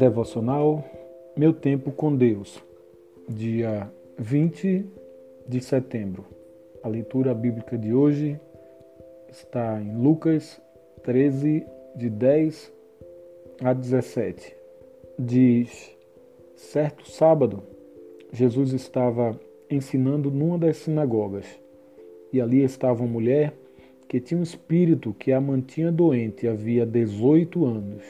Devocional Meu Tempo com Deus, dia 20 de setembro. A leitura bíblica de hoje está em Lucas 13, de 10 a 17. Diz: certo sábado, Jesus estava ensinando numa das sinagogas, e ali estava uma mulher que tinha um espírito que a mantinha doente havia 18 anos.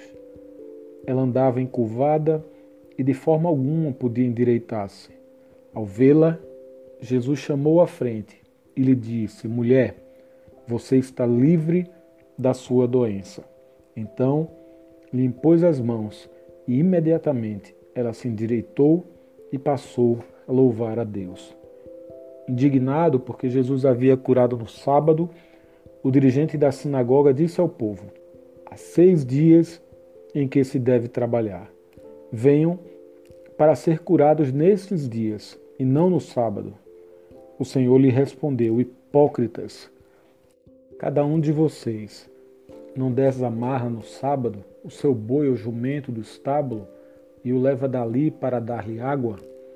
Ela andava encurvada e de forma alguma podia endireitar-se. Ao vê-la, Jesus chamou à frente e lhe disse: mulher, você está livre da sua doença. Então lhe impôs as mãos e imediatamente ela se endireitou e passou a louvar a Deus. Indignado porque Jesus havia curado no sábado, o dirigente da sinagoga disse ao povo: há 6 dias em que se deve trabalhar. Venham para ser curados nestes dias e não no sábado. O Senhor lhe respondeu: hipócritas, cada um de vocês não desamarra no sábado o seu boi ou jumento do estábulo e o leva dali para dar-lhe água?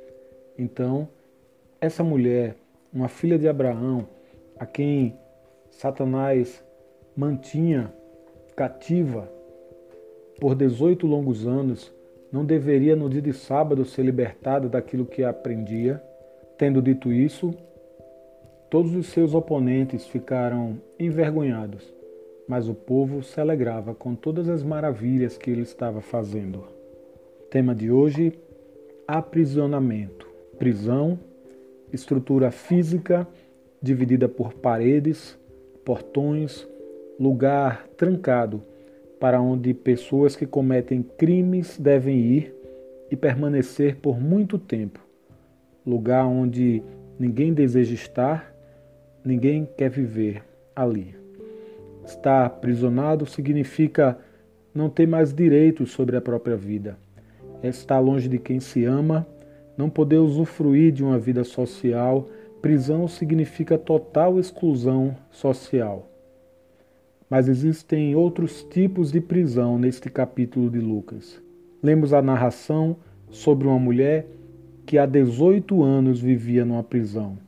Então, essa mulher, uma filha de Abraão, a quem Satanás mantinha cativa por 18 longos anos, não deveria no dia de sábado ser libertada daquilo que aprendia? Tendo dito isso, todos os seus oponentes ficaram envergonhados, mas o povo se alegrava com todas as maravilhas que ele estava fazendo. Tema de hoje: aprisionamento. Prisão, estrutura física dividida por paredes, portões, lugar trancado para onde pessoas que cometem crimes devem ir e permanecer por muito tempo. Lugar onde ninguém deseja estar, ninguém quer viver ali. Estar aprisionado significa não ter mais direitos sobre a própria vida. É estar longe de quem se ama, não poder usufruir de uma vida social. Prisão significa total exclusão social. Mas existem outros tipos de prisão neste capítulo de Lucas. Lemos a narração sobre uma mulher que há 18 anos vivia numa prisão.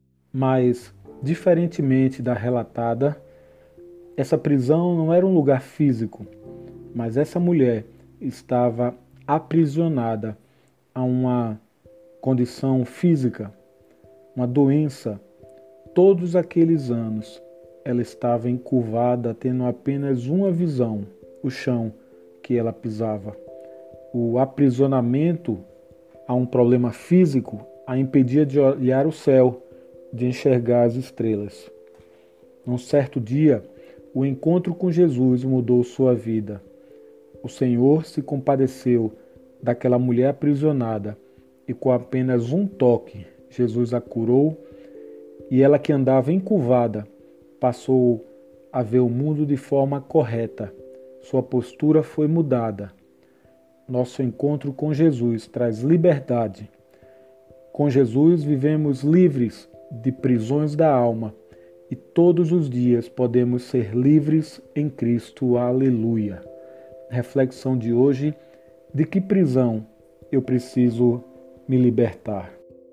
Mas, diferentemente da relatada, essa prisão não era um lugar físico, mas essa mulher estava aprisionada a uma condição física, uma doença. Todos aqueles anos ela estava encurvada, tendo apenas uma visão: o chão que ela pisava. O aprisionamento a um problema físico a impedia de olhar o céu, de enxergar as estrelas. Num certo dia, o encontro com Jesus mudou sua vida. O Senhor se compadeceu daquela mulher aprisionada e com apenas um toque, Jesus a curou, e ela, que andava encurvada, passou a ver o mundo de forma correta. Sua postura foi mudada. Nosso encontro com Jesus traz liberdade. Com Jesus vivemos livres de prisões da alma e todos os dias podemos ser livres em Cristo. Aleluia. Reflexão de hoje: de que prisão eu preciso me libertar?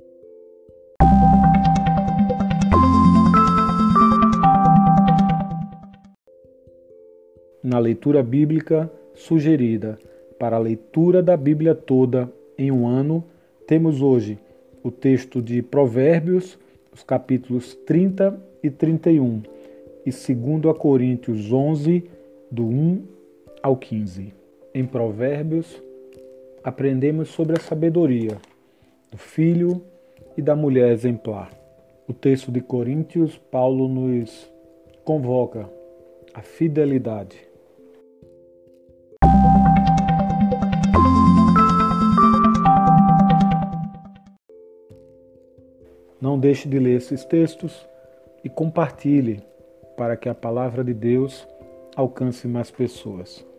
Na leitura bíblica sugerida para a leitura da Bíblia toda em um ano, temos hoje o texto de Provérbios, os capítulos 30 e 31, e 2 Coríntios 11, do 1 ao 15. Em Provérbios, aprendemos sobre a sabedoria do filho e da mulher exemplar. O texto de Coríntios, Paulo nos convoca à fidelidade. Não deixe de ler esses textos e compartilhe para que a palavra de Deus alcance mais pessoas.